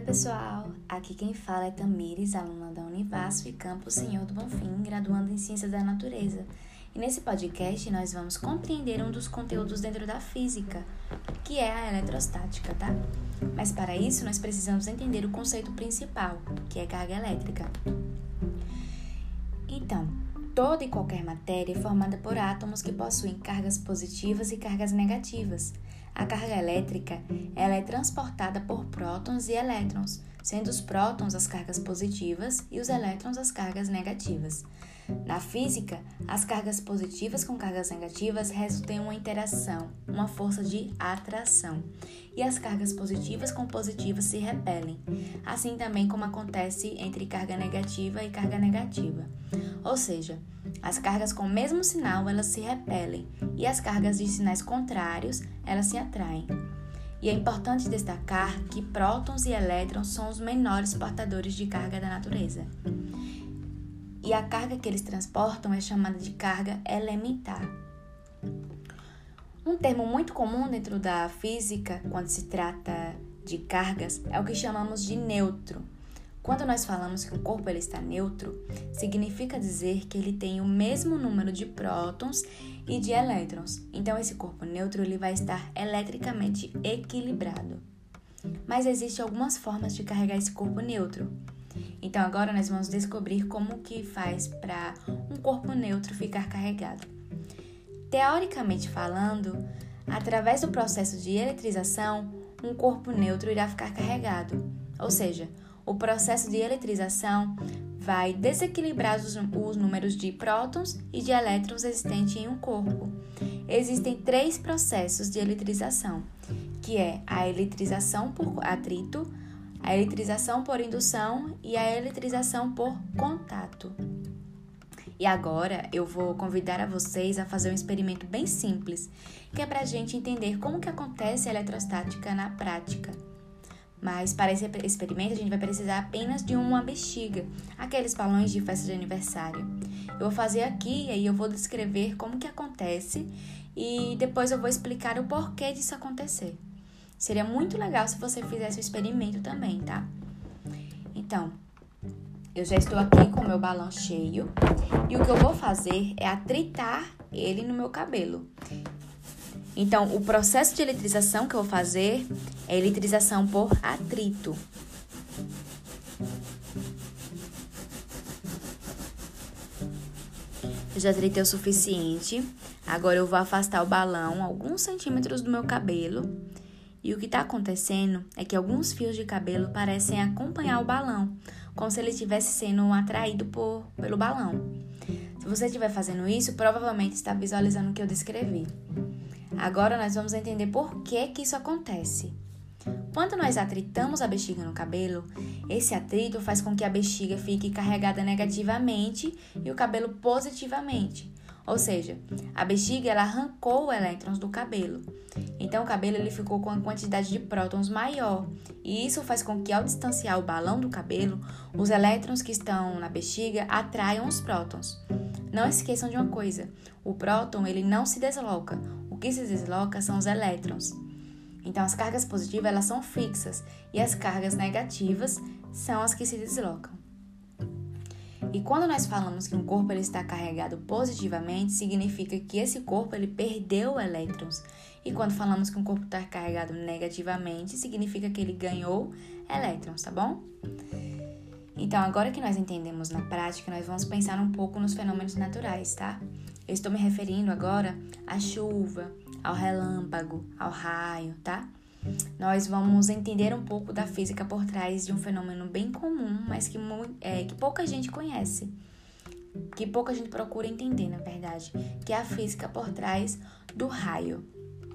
pessoal! Aqui quem fala é Tamires, aluna da Univasf, Campus Senhor do Bonfim, graduando em Ciências da Natureza. E nesse podcast nós vamos compreender um dos conteúdos dentro da física, que é a eletrostática, tá? Mas para isso nós precisamos entender o conceito principal, que é carga elétrica. Então, toda e qualquer matéria é formada por átomos que possuem cargas positivas e cargas negativas. A carga elétrica ela é transportada por prótons e elétrons, sendo os prótons as cargas positivas e os elétrons as cargas negativas. Na física, as cargas positivas com cargas negativas resultam em uma interação, uma força de atração, e as cargas positivas com positivas se repelem, assim também como acontece entre carga negativa e carga negativa. Ou seja, as cargas com o mesmo sinal elas se repelem e as cargas de sinais contrários elas se atraem. E é importante destacar que prótons e elétrons são os menores portadores de carga da natureza. E a carga que eles transportam é chamada de carga elementar. Um termo muito comum dentro da física, quando se trata de cargas, é o que chamamos de nêutron. Quando nós falamos que um corpo ele está neutro, significa dizer que ele tem o mesmo número de prótons e de elétrons. Então, esse corpo neutro ele vai estar eletricamente equilibrado. Mas existem algumas formas de carregar esse corpo neutro. Então, agora nós vamos descobrir como que faz para um corpo neutro ficar carregado. Teoricamente falando, através do processo de eletrização, um corpo neutro irá ficar carregado. Ou seja, o processo de eletrização vai desequilibrar os números de prótons e de elétrons existentes em um corpo. Existem 3 processos de eletrização, que é a eletrização por atrito, a eletrização por indução e a eletrização por contato. E agora eu vou convidar a vocês a fazer um experimento bem simples, que é para a gente entender como que acontece a eletrostática na prática. Mas para esse experimento a gente vai precisar apenas de uma bexiga, aqueles balões de festa de aniversário. Eu vou fazer aqui e aí eu vou descrever como que acontece e depois eu vou explicar o porquê disso acontecer. Seria muito legal se você fizesse o experimento também, tá? Então, eu já estou aqui com o meu balão cheio e o que eu vou fazer é atritar ele no meu cabelo. Então, o processo de eletrização que eu vou fazer é eletrização por atrito. Eu já atritei o suficiente. Agora eu vou afastar o balão alguns centímetros do meu cabelo. E o que está acontecendo é que alguns fios de cabelo parecem acompanhar o balão, como se ele estivesse sendo atraído pelo balão. Se você estiver fazendo isso, provavelmente está visualizando o que eu descrevi. Agora nós vamos entender por que isso acontece. Quando nós atritamos a bexiga no cabelo, esse atrito faz com que a bexiga fique carregada negativamente e o cabelo positivamente. Ou seja, a bexiga ela arrancou elétrons do cabelo. Então o cabelo ele ficou com uma quantidade de prótons maior. E isso faz com que ao distanciar o balão do cabelo, os elétrons que estão na bexiga atraiam os prótons. Não esqueçam de uma coisa, o próton ele não se desloca. O que se desloca são os elétrons. Então as cargas positivas elas são fixas e as cargas negativas são as que se deslocam. E quando nós falamos que um corpo ele está carregado positivamente, significa que esse corpo ele perdeu elétrons. E quando falamos que um corpo está carregado negativamente, significa que ele ganhou elétrons, tá bom? Então, agora que nós entendemos na prática, nós vamos pensar um pouco nos fenômenos naturais, tá? Eu estou me referindo agora à chuva, ao relâmpago, ao raio, tá? Nós vamos entender um pouco da física por trás de um fenômeno bem comum, mas que pouca gente conhece, que pouca gente procura entender, na verdade, que é a física por trás do raio.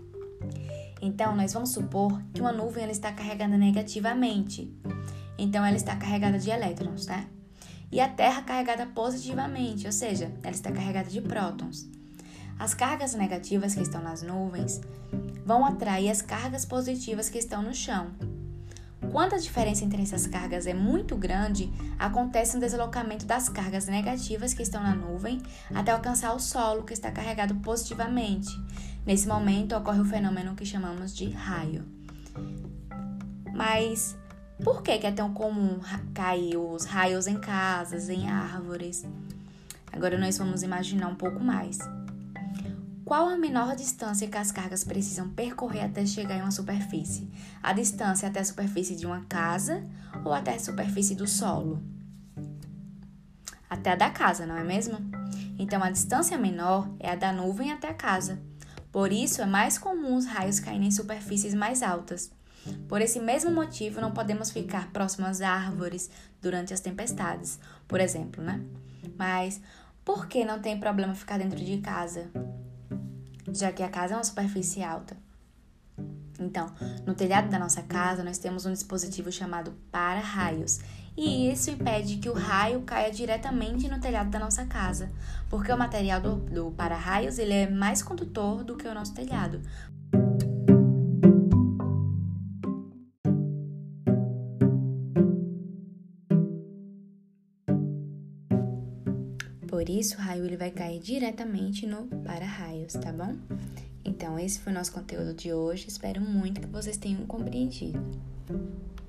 Então, nós vamos supor que uma nuvem ela está carregada negativamente. Então, ela está carregada de elétrons, né? E a Terra carregada positivamente, ou seja, ela está carregada de prótons. As cargas negativas que estão nas nuvens vão atrair as cargas positivas que estão no chão. Quando a diferença entre essas cargas é muito grande, acontece um deslocamento das cargas negativas que estão na nuvem até alcançar o solo que está carregado positivamente. Nesse momento, ocorre o fenômeno que chamamos de raio. Mas Por que é tão comum cair os raios em casas, em árvores? Agora nós vamos imaginar um pouco mais. Qual a menor distância que as cargas precisam percorrer até chegar em uma superfície? A distância até a superfície de uma casa ou até a superfície do solo? Até a da casa, não é mesmo? Então, a distância menor é a da nuvem até a casa. Por isso, é mais comum os raios caírem em superfícies mais altas. Por esse mesmo motivo, não podemos ficar próximos às árvores durante as tempestades, por exemplo, né? Mas por que não tem problema ficar dentro de casa, já que a casa é uma superfície alta? Então, no telhado da nossa casa, nós temos um dispositivo chamado para-raios, e isso impede que o raio caia diretamente no telhado da nossa casa, porque o material do para-raios ele é mais condutor do que o nosso telhado. Por isso, o raio ele vai cair diretamente no para-raios, tá bom? Então, esse foi o nosso conteúdo de hoje. Espero muito que vocês tenham compreendido.